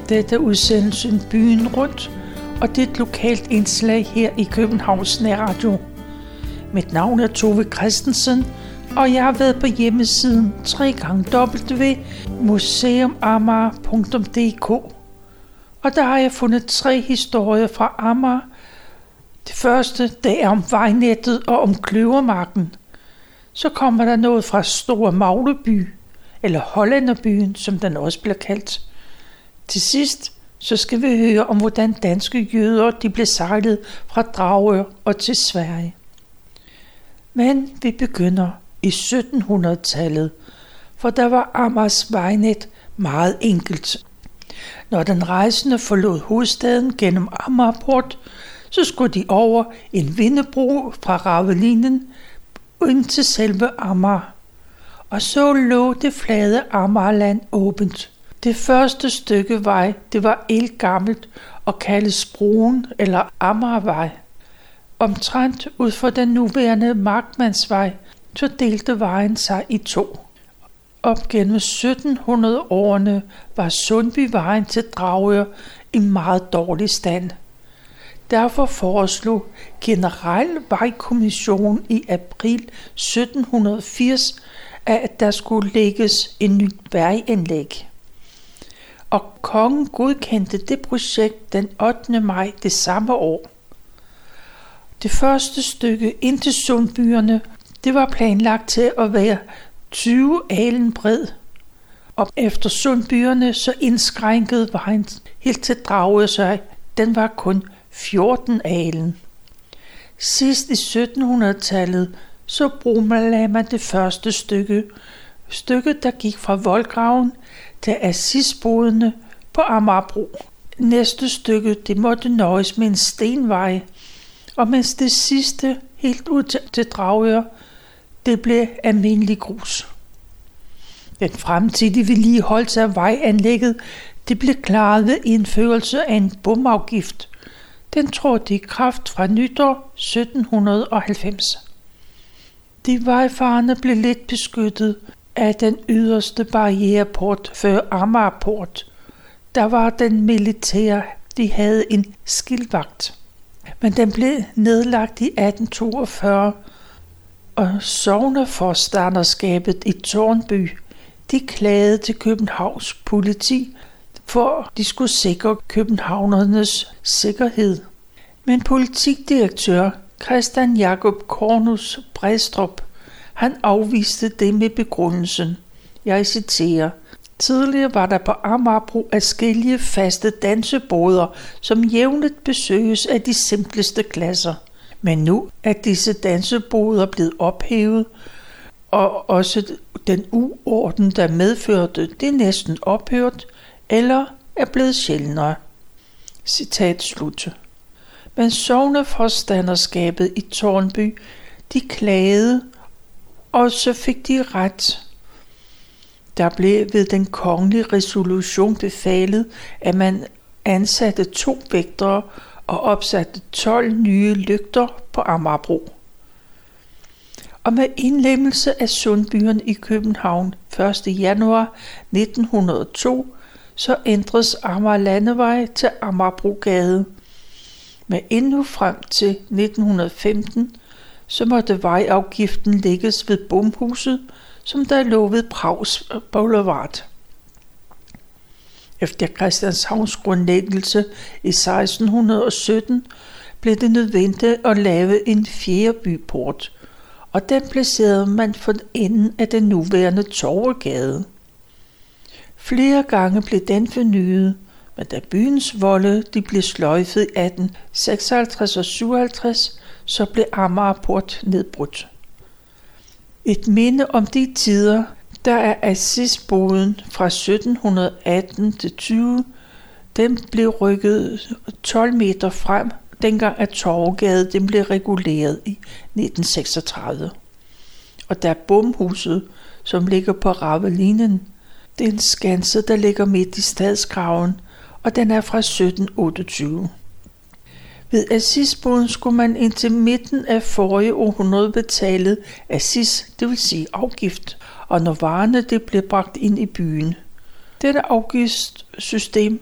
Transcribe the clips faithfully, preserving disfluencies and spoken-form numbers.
dette udsendelsen Byen Rundt, og det er et lokalt indslag her i Københavns Nærradio. Mit navn er Tove Christensen, og jeg har været på hjemmesiden w w w punktum museum amager punktum d k. Og der har jeg fundet tre historier fra Amager. Det første, det er om vejnettet og om Kløvermarken. Så kommer der noget fra Store Magleby, eller Hollænderbyen, som den også bliver kaldt. Til sidst, så skal vi høre om, hvordan danske jøder de blev sejlet fra Dragør og til Sverige. Men vi begynder i syttenhundredetallet, for der var Amagers vejnet meget enkelt. Når den rejsende forlod hovedstaden gennem Amagerport, så skulle de over en vindebro fra Ravelinen ind til selve Amager. Og så lå det flade Amagerland åbent. Det første stykke vej, det var ældgammelt og kaldes broen eller Amagervej. Omtrent ud for den nuværende Markmannsvej, så delte vejen sig i to. Op gennem sytten hundrede årene var Sundbyvejen til Dragør i meget dårlig stand. Derfor foreslog Generalvejkommissionen i april sytten firs, at der skulle lægges en ny vejanlæg. Og kongen godkendte det projekt den ottende maj det samme år. Det første stykke ind til Sundbyerne, det var planlagt til at være tyve alen bred. Og efter Sundbyerne så indskrænkede vejen helt til Dragør sig. Den var kun fjorten alen. Sidst i syttenhundredetallet så brolagde man det første stykke. Stykket, der gik fra voldgraven til Assisbodene på Amagerbro. Næste stykke, det måtte nøjes med en stenvej. Og mens det sidste, helt ud til, til Dragør, det blev almindelig grus. Den fremtidige vedligeholdelse af vejanlægget, det blev klaret ved indførelse af en bomafgift. Den trådte i kraft fra nytår sytten halvfems. De vejfarende blev lidt beskyttet af den yderste barriereport før Amagerport. Der var den militære, de havde en skildvagt. Men den blev nedlagt i atten toogfyrre, og sogneforstanderskabet i Tårnby, de klagede til Københavns politi, for de skulle sikre københavnernes sikkerhed. Men politikdirektør Christian Jakob Kornus Brædstrup, han afviste det med begrundelsen. Jeg citerer: Tidligere var der på Amagerbro adskillige faste danseboder, som jævnligt besøges af de simpleste klasser. Men nu er disse danseboder blevet ophævet, og også den uorden, der medførte, det er næsten ophørt eller er blevet sjældnere. Citat slut. Men sogneforstanderskabet i Tårnby, de klagede, og så fik de ret. Der blev ved den kongelige resolution befalet, at man ansatte to vægtere og opsatte tolv nye lygter på Amagerbro. Og med indlemmelse af Sundbyerne i København første januar nitten hundrede og to, så ændres Amager Landevej til Amagerbrogade. Men endnu frem til nitten femten, så måtte vejafgiften lægges ved Bomhuset, som der lå ved Prags Boulevard. Efter Christianshavns grundlæggelse i seksten sytten blev det nødvendigt at lave en fjerde byport, og den placerede man for enden af den nuværende Torvegade. Flere gange blev den fornyet, men da byens volde de blev sløjfet i atten seksoghalvtreds og syvoghalvtreds, så blev Amagerport nedbrudt. Et minde om de tider, der er Assisboden fra sytten atten til tyve, den blev rykket tolv meter frem, dengang at Torvegade den blev reguleret i nitten seksogtredive. Og der er Bomhuset, som ligger på Ravelinen, det er en skanse, der ligger midt i Stadsgraven, og den er fra sytten otteogtyve. Ved Assisboden skulle man indtil midten af forrige århundrede betale assis, det vil sige afgift, og når varerne det blev bragt ind i byen. Dette afgiftssystem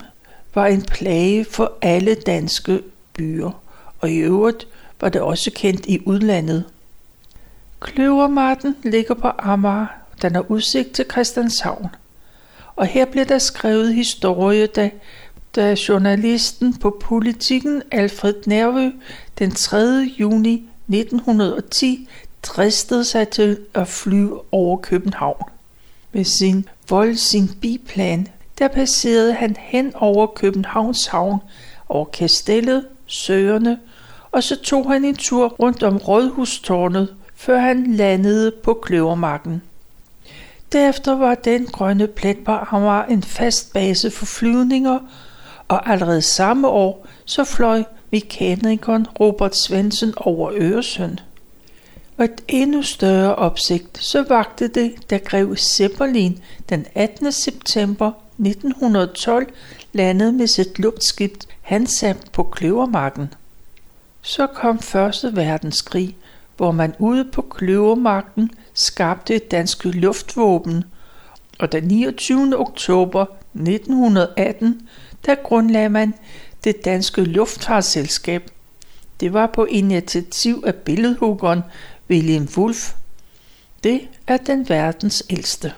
var en plage for alle danske byer, og i øvrigt var det også kendt i udlandet. Kløvermarken ligger på Amager, den har udsigt til Christianshavn. Og her blev der skrevet historie, da, da journalisten på Politiken Alfred Nervø den tredje juni nitten ti dristede sig til at flyve over København. Med sin vold, sin biplan, der passerede han hen over Københavns havn, over kastellet, søerne, og så tog han en tur rundt om Rådhustårnet, før han landede på Kløvermarken. Derefter var den grønne plet på Amager en fast base for flyvninger, og allerede samme år så fløj mekanikeren Robert Svendsen over Øresund. Og et endnu større opsigt så vagte det, da grev Zeppelin den attende september nitten tolv landede med sit luftskib Hansa på Kløvermarken. Så kom første verdenskrig, hvor man ude på Kløvermarken skabte et dansk luftvåben, og den niogtyvende oktober nitten atten, der grundlagde man det danske luftfartsselskab. Det var på initiativ af billedhuggeren William Wolf. Det er den verdens ældste.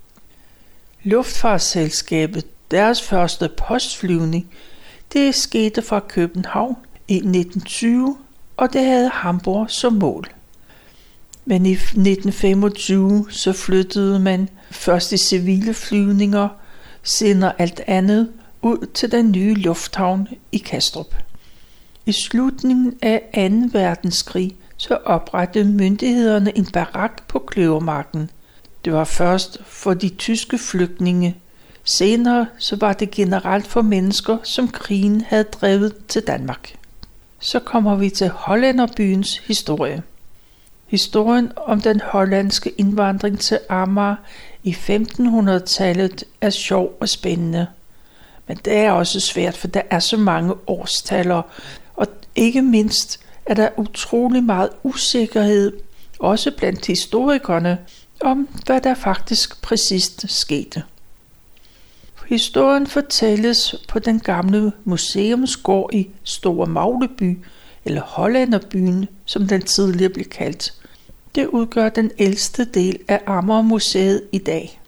Luftfartsselskabet, deres første postflyvning, det skete fra København i nitten tyve, og det havde Hamburg som mål. Men i nitten femogtyve så flyttede man først de civile flyvninger, senere alt andet, ud til den nye lufthavn i Kastrup. I slutningen af anden verdenskrig så oprettede myndighederne en barak på Kløvermarken. Det var først for de tyske flygtninge. Senere så var det generelt for mennesker, som krigen havde drevet til Danmark. Så kommer vi til hollænderbyens historie. Historien om den hollandske indvandring til Amager i femtenhundredetallet er sjov og spændende. Men det er også svært, for der er så mange årstaller, og ikke mindst er der utrolig meget usikkerhed, også blandt historikerne, om hvad der faktisk præcist skete. Historien fortælles på den gamle museumsgård i Store Magleby, eller Hollænderbyen, som den tidligere blev kaldt. Det udgør den ældste del af Amagermuseet i dag.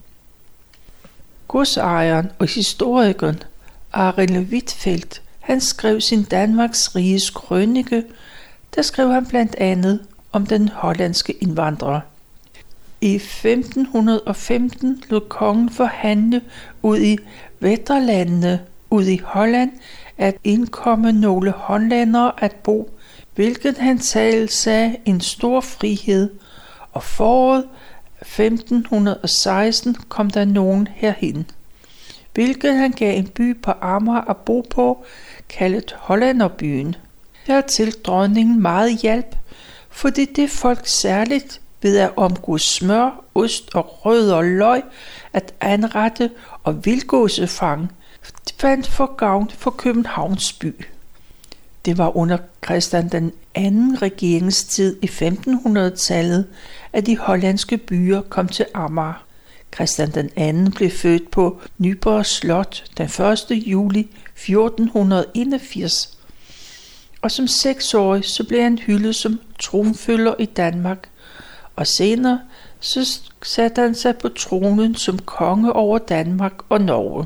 Godsejeren og historikeren Arild Huitfeldt, han skrev sin Danmarks Riges krønike. Der skrev han blandt andet om den hollandske indvandrer. I femten femten lod kongen forhandle ud i Vesterlandene, ud i Holland, at indkomme nogle hollændere at bo, hvilket han selv sagde en stor frihed, og foråret femten seksten kom der nogen herhen, hvilket han gav en by på Amager at bo på, kaldet Hollænderbyen. Dertil dronningen meget hjælp, fordi det folk særligt ved at omgå smør, ost og rød og løg, at anrette og vildgåsefang, fandt for gavn for Københavns by. Det var under Christian den anden regeringstid i femtenhundredetallet, at de hollandske byer kom til Amager. Christian den anden blev født på Nyborg Slot den første juli fjorten enogfirs, og som seksårig så blev han hyldet som tronfølger i Danmark, og senere så satte han sig på tronen som konge over Danmark og Norge.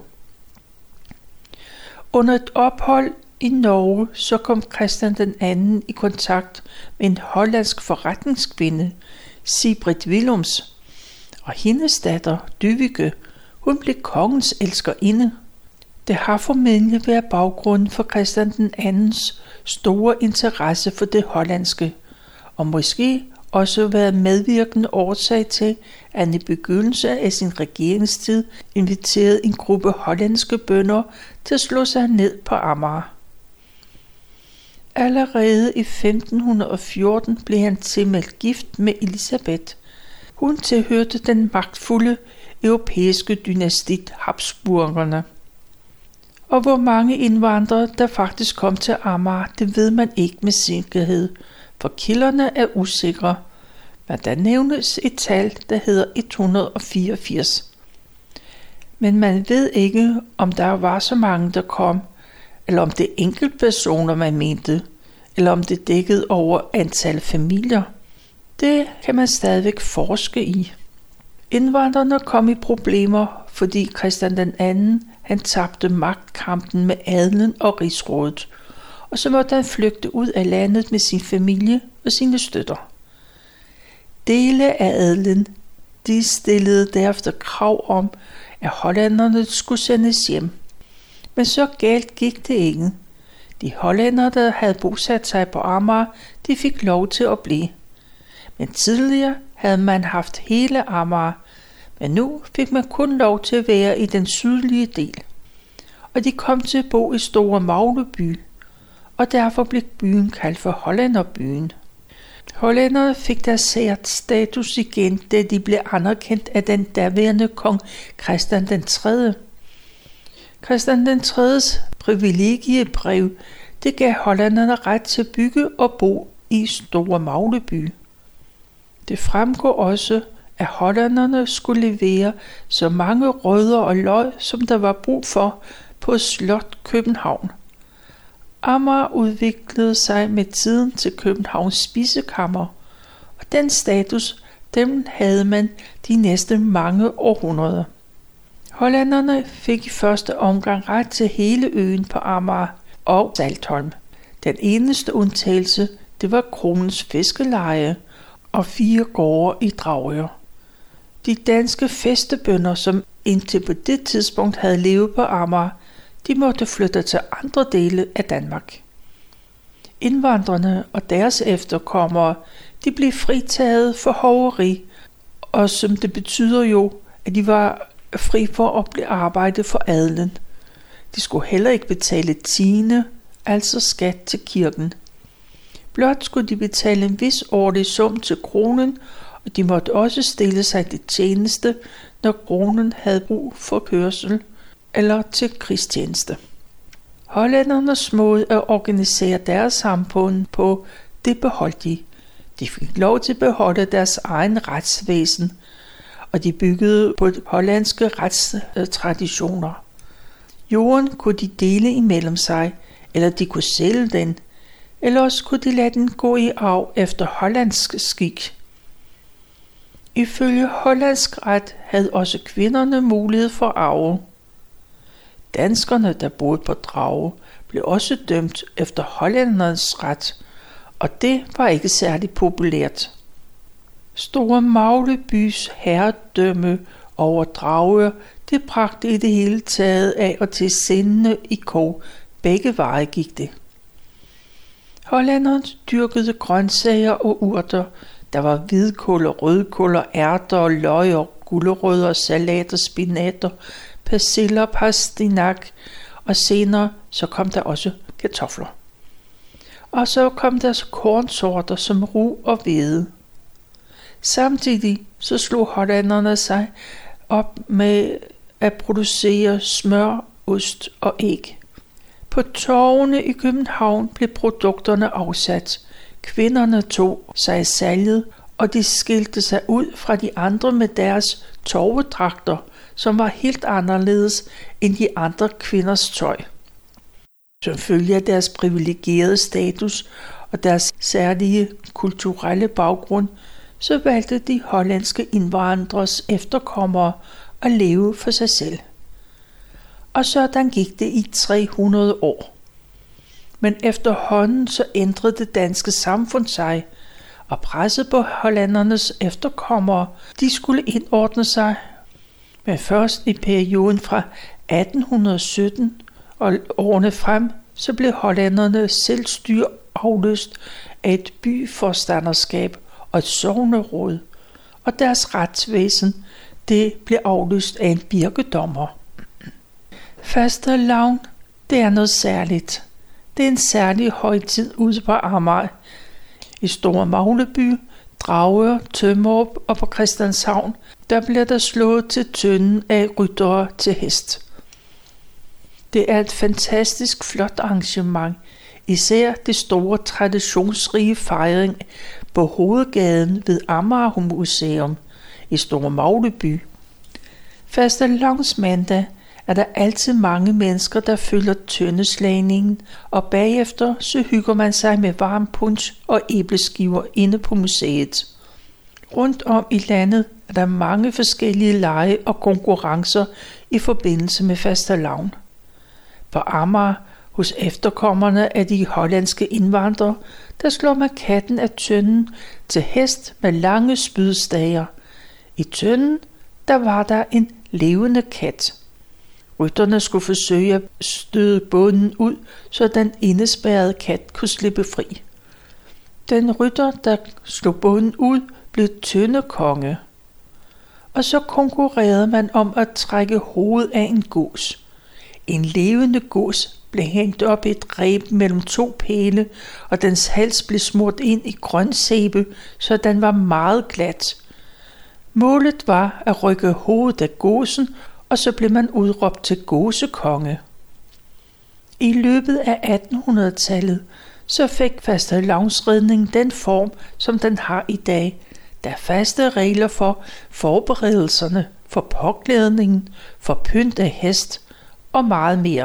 Under et ophold i Norge så kom Christian den anden i kontakt med en hollandsk forretningskvinde, Sigrid Willems, og hendes datter Dyveke, hun blev kongens elskerinde. Det har formentlig været baggrunden for Christian den andens store interesse for det hollandske, og måske også været medvirkende årsag til, at han i begyndelsen af sin regeringstid inviterede en gruppe hollandske bønder til at slå sig ned på Amager. Allerede i femten fjorten blev han tilmeldt gift med Elisabeth. Hun tilhørte den magtfulde europæiske dynastit Habsburgerne. Og hvor mange indvandrere der faktisk kom til Amager, det ved man ikke med sikkerhed, for kilderne er usikre, men der nævnes et tal, der hedder et hundrede og fireogfirs. Men man ved ikke, om der var så mange, der kom, eller om det er enkeltpersoner, man mente, eller om det dækkede over antal familier. Det kan man stadigvæk forske i. Indvandrerne kom i problemer, fordi Christian den anden han tabte magtkampen med adelen og rigsrådet, og så måtte han flygte ud af landet med sin familie og sine støtter. Dele af adelen de stillede derefter krav om, at hollænderne skulle sendes hjem. Men så galt gik det ikke. De hollændere, der havde bosat sig på Amager, de fik lov til at blive. Men tidligere havde man haft hele Amager, men nu fik man kun lov til at være i den sydlige del. Og de kom til at bo i Store Magleby, og derfor blev byen kaldt for Hollænderbyen. Hollænderne fik deres sært status igen, da de blev anerkendt af den daværende kong Christian den tredje. Christian den tredjes privilegiebrev, det gav hollænderne ret til at bygge og bo i Store Magleby. Det fremgår også, at hollænderne skulle levere så mange rødder og løg, som der var brug for på Slot København. Amager udviklede sig med tiden til Københavns spisekammer, og den status, den havde man de næste mange århundreder. Hollænderne fik i første omgang ret til hele øen på Amager og Saltholm. Den eneste undtagelse, det var kronens fiskeleje og fire gårde i Dragør. De danske fæstebønder, som indtil på det tidspunkt havde levet på Amager, de måtte flytte til andre dele af Danmark. Indvandrerne og deres efterkommere, de blev fritaget for hoveri, og som det betyder jo, at de var fri for at blive arbejde for adelen. De skulle heller ikke betale tiende, altså skat til kirken. Blot skulle de betale en vis årlig sum til kronen, og de måtte også stille sig til tjeneste, når kronen havde brug for kørsel eller til krigstjeneste. Hollændernes måde at organisere deres samfund på, det beholdt de. De fik lov til at beholde deres egen retsvæsen, og de byggede på hollandske retstraditioner. Jorden kunne de dele imellem sig, eller de kunne sælge den, eller også kunne de lade den gå i arv efter hollandsk skik. Ifølge hollandsk ret havde også kvinderne mulighed for at arve. Danskerne, der boede på Drage, blev også dømt efter hollændernes ret, og det var ikke særlig populært. Store Maglebys herredømme over Dragør, det bragte i det hele taget af og til sindene i kog. Begge veje gik det. Hollænderne dyrkede grøntsager og urter. Der var hvidkål og rødkål og ærter og løg og gulerødder, salat og spinater, persiller, pastinak, og senere så kom der også kartofler. Og så kom der kornsorter som rug og hvede. Samtidig så slog hollænderne sig op med at producere smør, ost og æg. På torvene i København blev produkterne afsat. Kvinderne tog sig af salget, og de skilte sig ud fra de andre med deres torvedragter, som var helt anderledes end de andre kvinders tøj. Som følge af deres privilegerede status og deres særlige kulturelle baggrund, så valgte de hollandske indvandrers efterkommere at leve for sig selv. Og sådan gik det i tre hundrede år. Men efterhånden så ændrede det danske samfund sig, og presset på hollændernes efterkommere, de skulle indordne sig. Men først i perioden fra atten sytten og årene frem, så blev hollændernes selvstyre afløst af et byforstanderskab og et sogneråd, og deres retsvæsen, det blev afløst af en birkedommer. Fastelavn, det er noget særligt. Det er en særlig højtid ude på Amager. I Store Magleby, Dragør, Tømmerup og på Christianshavn, der bliver der slået til tønden af ryttere til hest. Det er et fantastisk flot arrangement, især det store traditionsrige fejring på hovedgaden ved Amager Museum i Store Magleby. Fastelavnsmandag er der altid mange mennesker, der følger tøndeslagningen, og bagefter så hygger man sig med varm punch og æbleskiver inde på museet. Rundt om i landet er der mange forskellige lege og konkurrencer i forbindelse med fastelavn. På Amager, hos efterkommerne af de hollandske indvandrere, der slår man katten af tønden til hest med lange spydstager. I tønden, der var der en levende kat. Rytterne skulle forsøge at støde bunden ud, så den indespærrede kat kunne slippe fri. Den rytter, der slog bunden ud, blev tøndekonge. Og så konkurrerede man om at trække hovedet af en gås. En levende gås blev hængt op i et reb mellem to pæle, og dens hals blev smurt ind i grøn sæbe, så den var meget glat. Målet var at rykke hovedet af gåsen, og så blev man udråbt til gåsekonge. I løbet af attenhundredetallet så fik fastelavnsridningen den form, som den har i dag. Der er faste regler for forberedelserne, for påklædningen, for pynt af hest og meget mere.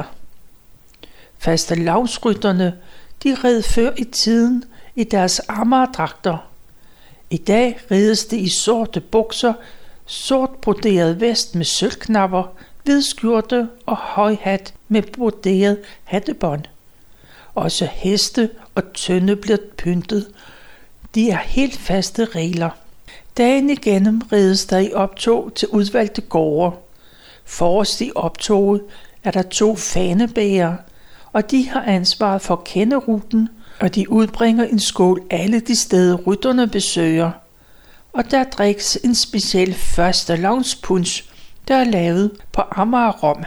Fastelavnsrytterne, de red før i tiden i deres Amagerdragter. I dag rides det i sorte bukser, sort broderet vest med sølvknapper, hvid skjorte og høj hat med broderet hattebånd. Også heste og tønde bliver pyntet. De er helt faste regler. Dagen igennem rides der i optog til udvalgte gårde. Forrest i optoget er der to fanebærere, og de har ansvaret for kenderuten, og de udbringer en skål alle de steder rytterne besøger. Og der drikkes en speciel fastelavnspunch, der er lavet på Amager Rom.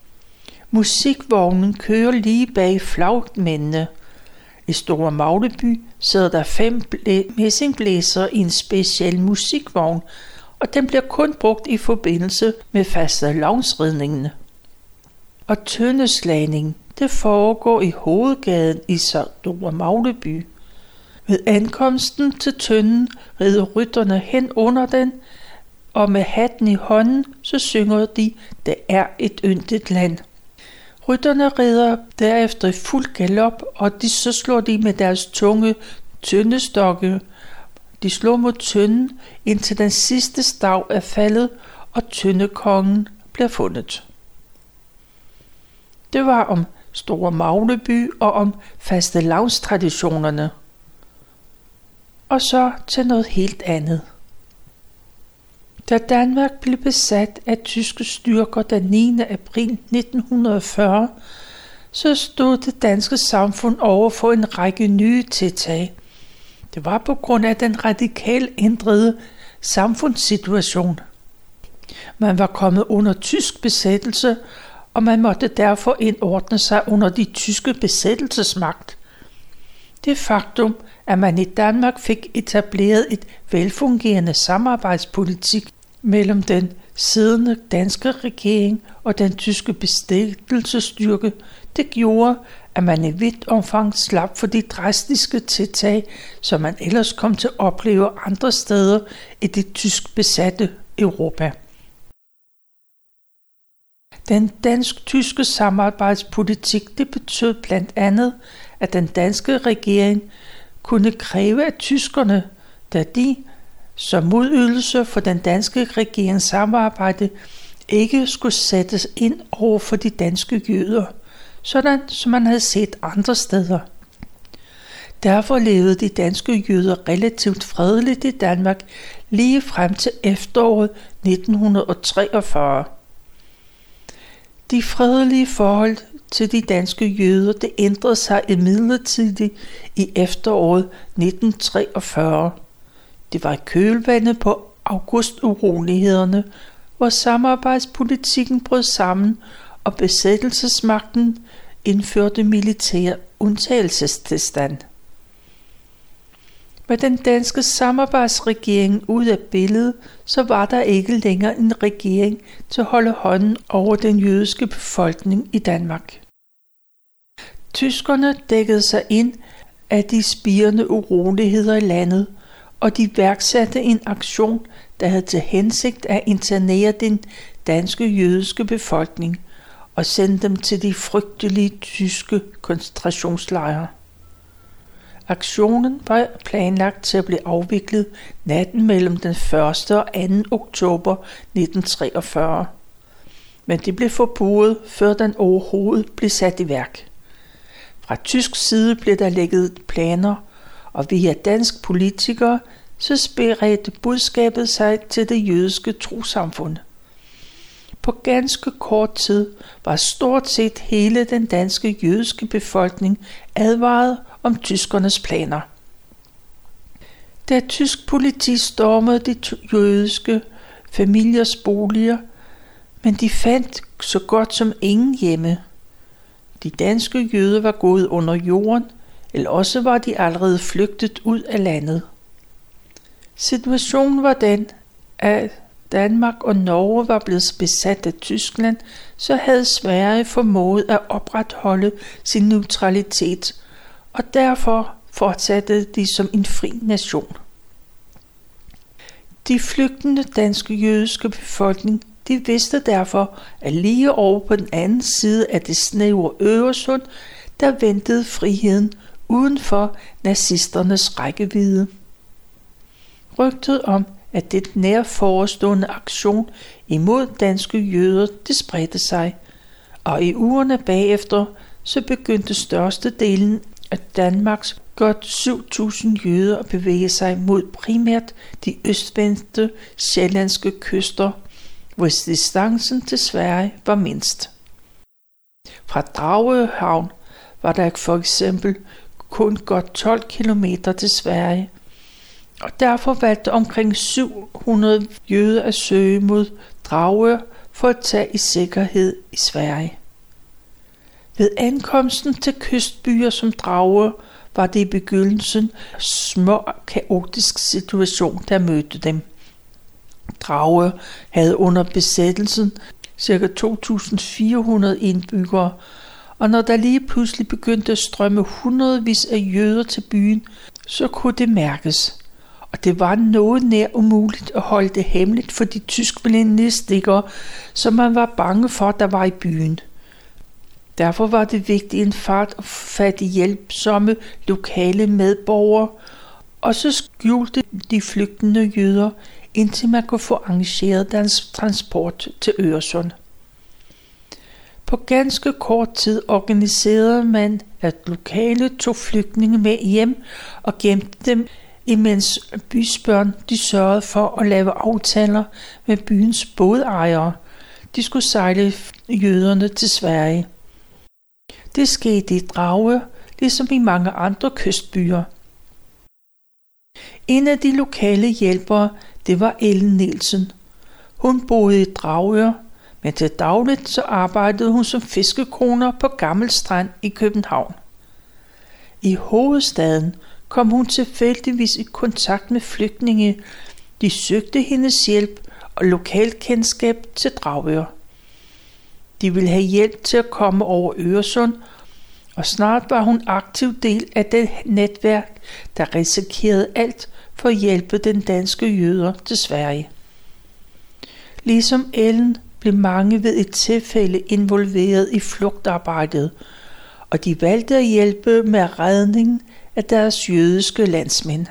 Musikvognen kører lige bag flagmændene. I Store Magleby sidder der fem blæ- messingblæsere i en speciel musikvogn, og den bliver kun brugt i forbindelse med fastelavnsridningen. Og tøndeslagning, det foregår i hovedgaden i Store Magleby. Ved ankomsten til tønden rider rytterne hen under den, og med hatten i hånden, så synger de, det er et yndigt land. Rytterne rider derefter i fuld galop, og de så slår de med deres tunge tøndestokke. De slår mod tønden, indtil den sidste stav er faldet, og tøndekongen bliver fundet. Det var om Store Magleby og om fastelavnstraditionerne. Og så til noget helt andet. Da Danmark blev besat af tyske styrker den niende april nitten fyrre, så stod det danske samfund over for en række nye tiltag. Det var på grund af den radikalt ændrede samfundssituation. Man var kommet under tysk besættelse, og man måtte derfor indordne sig under de tyske besættelsesmagt. Det faktum, at man i Danmark fik etableret et velfungerende samarbejdspolitik mellem den siddende danske regering og den tyske besættelsesstyrke, det gjorde, at man i vidt omfang slap for de drastiske tiltag, som man ellers kom til at opleve andre steder i det tysk besatte Europa. Den dansk-tyske samarbejdspolitik, det betød blandt andet, at den danske regering kunne kræve af tyskerne, da de, som modydelse for den danske regerings samarbejde, ikke skulle sættes ind over for de danske jøder, sådan som man havde set andre steder. Derfor levede de danske jøder relativt fredeligt i Danmark lige frem til efteråret nitten treogfyrre. De fredelige forhold til de danske jøder, det ændrede sig imidlertid i efteråret nitten treogfyrre. Det var i kølvandet på augusturolighederne, hvor samarbejdspolitikken brød sammen, og besættelsesmagten indførte militær undtagelsestilstand. Med den danske samarbejdsregering ud af billedet, så var der ikke længere en regering til at holde hånden over den jødiske befolkning i Danmark. Tyskerne dækkede sig ind af de spirende uroligheder i landet, og de iværksatte en aktion, der havde til hensigt at internere den danske jødiske befolkning, og sendte dem til de frygtelige tyske koncentrationslejre. Aktionen var planlagt til at blive afviklet natten mellem den første og anden oktober nitten treogfyrre, men det blev forbudt, før den overhovedet blev sat i værk. Fra tysk side blev der lægget planer, og via dansk politikere så spredte budskabet sig til det jødiske trossamfund. På ganske kort tid var stort set hele den danske jødiske befolkning advaret om tyskernes planer. Da tysk politi stormede de jødiske familiers boliger, men de fandt så godt som ingen hjemme. De danske jøder var gået under jorden, eller også var de allerede flygtet ud af landet. Situationen var den, at Danmark og Norge var blevet besat af Tyskland, så havde Sverige formået at opretholde sin neutralitet, og derfor fortsatte de som en fri nation. De flygtende danske jødiske befolkning, de vidste derfor, at lige over på den anden side af det snævre Øresund, der ventede friheden uden for nazisternes rækkevidde. Rygtet om, at det nær forestående aktion imod danske jøder, det spredte sig, og i ugerne bagefter, så begyndte størstedelen af Danmarks godt syv tusind jøder at bevæge sig mod primært de østvendte sjællandske kyster, hvor distancen til Sverige var mindst. Fra Dragør havn var der for eksempel kun godt tolv kilometer til Sverige, og derfor valgte omkring syv hundrede jøder at søge mod Dragør for at tage i sikkerhed i Sverige. Ved ankomsten til kystbyer som Dragør var det i begyndelsen en små kaotisk situation, der mødte dem. Dragør havde under besættelsen ca. to tusind fire hundrede indbyggere, og når der lige pludselig begyndte at strømme hundredvis af jøder til byen, så kunne det mærkes. Og det var noget nær umuligt at holde det hemmeligt for de tyskvenlige stikkere, som man var bange for, der var i byen. Derfor var det vigtigt en fart at fatte hjælpsomme lokale medborgere, og så skjulte de flygtende jøder, indtil man kunne få arrangeret deres transport til Øresund. På ganske kort tid organiserede man, at lokale tog flygtninge med hjem og gemte dem, imens bysbørn de sørgede for at lave aftaler med byens bådejere. De skulle sejle jøderne til Sverige. Det skete i Dragør, ligesom i mange andre kystbyer. En af de lokale hjælpere, det var Ellen Nielsen. Hun boede i Dragør, men til dagligt så arbejdede hun som fiskekoner på Gammel Strand i København. I hovedstaden kom hun tilfældigvis i kontakt med flygtninge. De søgte hendes hjælp og lokalkendskab til Dragør. De ville have hjælp til at komme over Øresund, og snart var hun aktiv del af det netværk, der risikerede alt for at hjælpe den danske jøder til Sverige. Ligesom Ellen blev mange ved et tilfælde involveret i flugtarbejdet, og de valgte at hjælpe med redningen af deres jødiske landsmænd.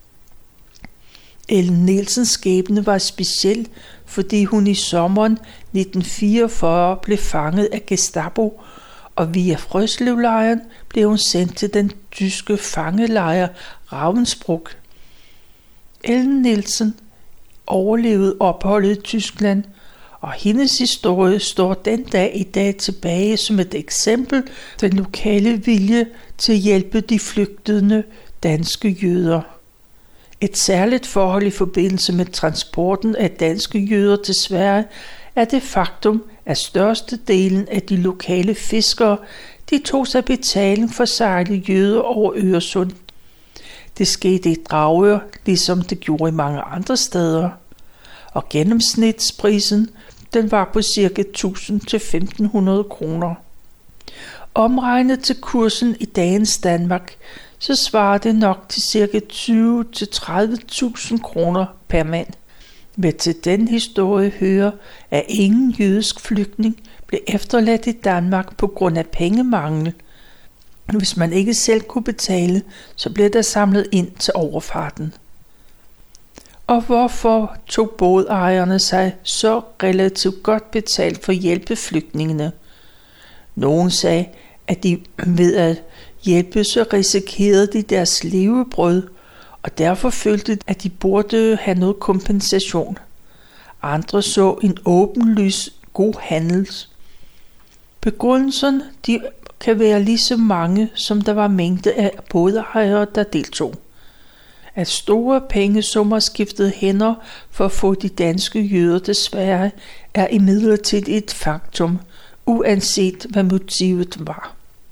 Ellen Nielsens skæbne var speciel, fordi hun i sommeren nitten fireogfyrre blev fanget af Gestapo, og via Frøslevlejren blev hun sendt til den tyske fangelejr Ravensbrück. Ellen Nielsen overlevede opholdet i Tyskland, og hendes historie står den dag i dag tilbage som et eksempel på den lokale vilje til at hjælpe de flygtende danske jøder. Et særligt forhold i forbindelse med transporten af danske jøder til Sverige er det faktum, at størstedelen af de lokale fiskere, de tog sig betaling for sejle jøder over Øresund. Det skete i Dragør, ligesom det gjorde i mange andre steder. Og gennemsnitsprisen, den var på ca. tusind til femten hundrede kroner. Omregnet til kursen i dagens Danmark, så svarer det nok til ca. tyve til tredive tusind kroner per mand. Med til den historie hører, at ingen jødisk flygtning blev efterladt i Danmark på grund af pengemangel. Hvis man ikke selv kunne betale, så blev der samlet ind til overfarten. Og hvorfor tog bådejerne sig så relativt godt betalt for at hjælpe flygtningene? Nogen sagde, at de ved at hjælpe så risikerede de deres levebrød, og derfor følte, at de burde have noget kompensation. Andre så en åbenlys god handel. Begrundelsen de kan være lige så mange, som der var mængde af bådejere, der deltog. At store pengesummer skiftede hænder for at få de danske jøder til Sverige, er imidlertid et faktum, uanset hvad motivet var.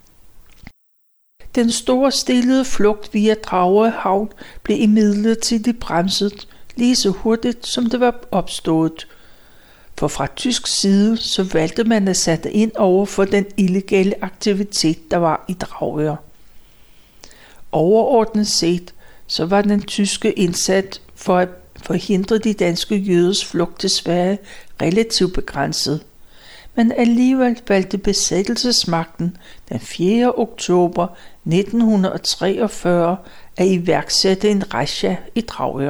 Den store stillede flugt via Dragør Havn blev imidlertid bremset lige så hurtigt, som det var opstået. For fra tysk side så valgte man at sætte ind over for den illegale aktivitet, der var i Dragør. Overordnet set så var den tyske indsats for at forhindre de danske jøders flugt til Sverige relativt begrænset. Men alligevel valgte besættelsesmagten den fjerde oktober nitten treogfyrre at iværksætte en razzia i Dragør.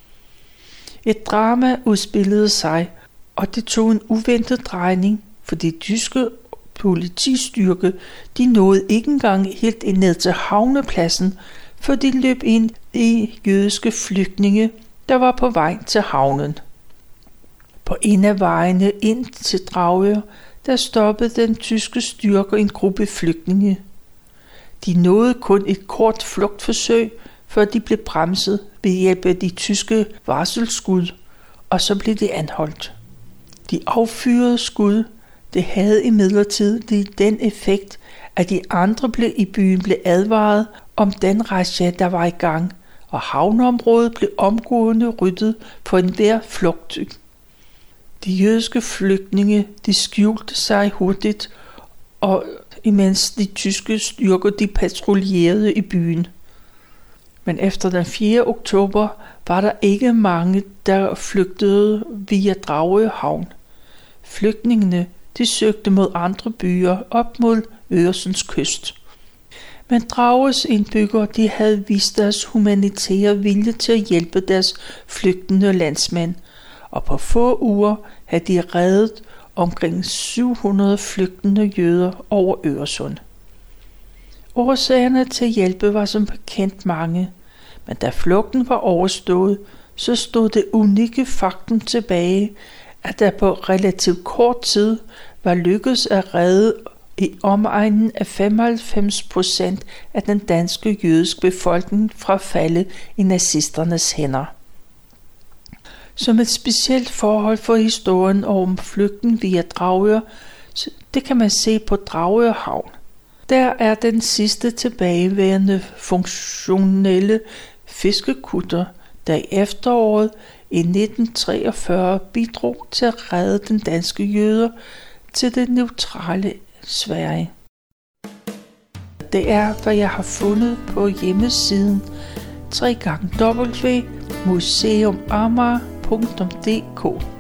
Et drama udspillede sig, og det tog en uventet drejning, for de tyske politistyrke de nåede ikke engang helt ned til havnepladsen, for de løb ind i jødiske flygtninge, der var på vej til havnen. På en af vejene ind til Dragør, der stoppede den tyske styrke en gruppe flygtninge. De nåede kun et kort flugtforsøg, før de blev bremset ved hjælp af de tyske varselsskud, og så blev de anholdt. De affyrede skud, det havde imidlertid den effekt, at de andre blev i byen blev advaret om den razzia, der var i gang, og havneområdet blev omgående ryddet for enhver flugt. De jødiske flygtninge, de skjulte sig hurtigt, og imens de tyske styrker, de patruljerede i byen. Men efter den fjerde oktober var der ikke mange, der flygtede via Dragør Havn. Flygtningene, de søgte mod andre byer op mod Øresunds kyst. Men Dragørs indbyggere, de havde vist deres humanitære vilje til at hjælpe deres flygtende landsmænd, og på få uger havde de reddet omkring syv hundrede flygtende jøder over Øresund. Årsagerne til hjælpe var som bekendt mange, men da flugten var overstået, så stod det unikke faktum tilbage, at der på relativt kort tid var lykkedes at redde i omegnen af femoghalvfems procent af den danske jødiske befolkning fra falde i nazisternes hænder. Som et specielt forhold for historien om flygten via Dragør, det kan man se på Dragør Havn. Der er den sidste tilbageværende funktionelle fiskekutter, der i efteråret i nitten treogfyrre bidrog til at redde den danske jøder til det neutrale Sverige. Det er, hvad jeg har fundet på hjemmesiden w w w punktum museum amager punktum d k.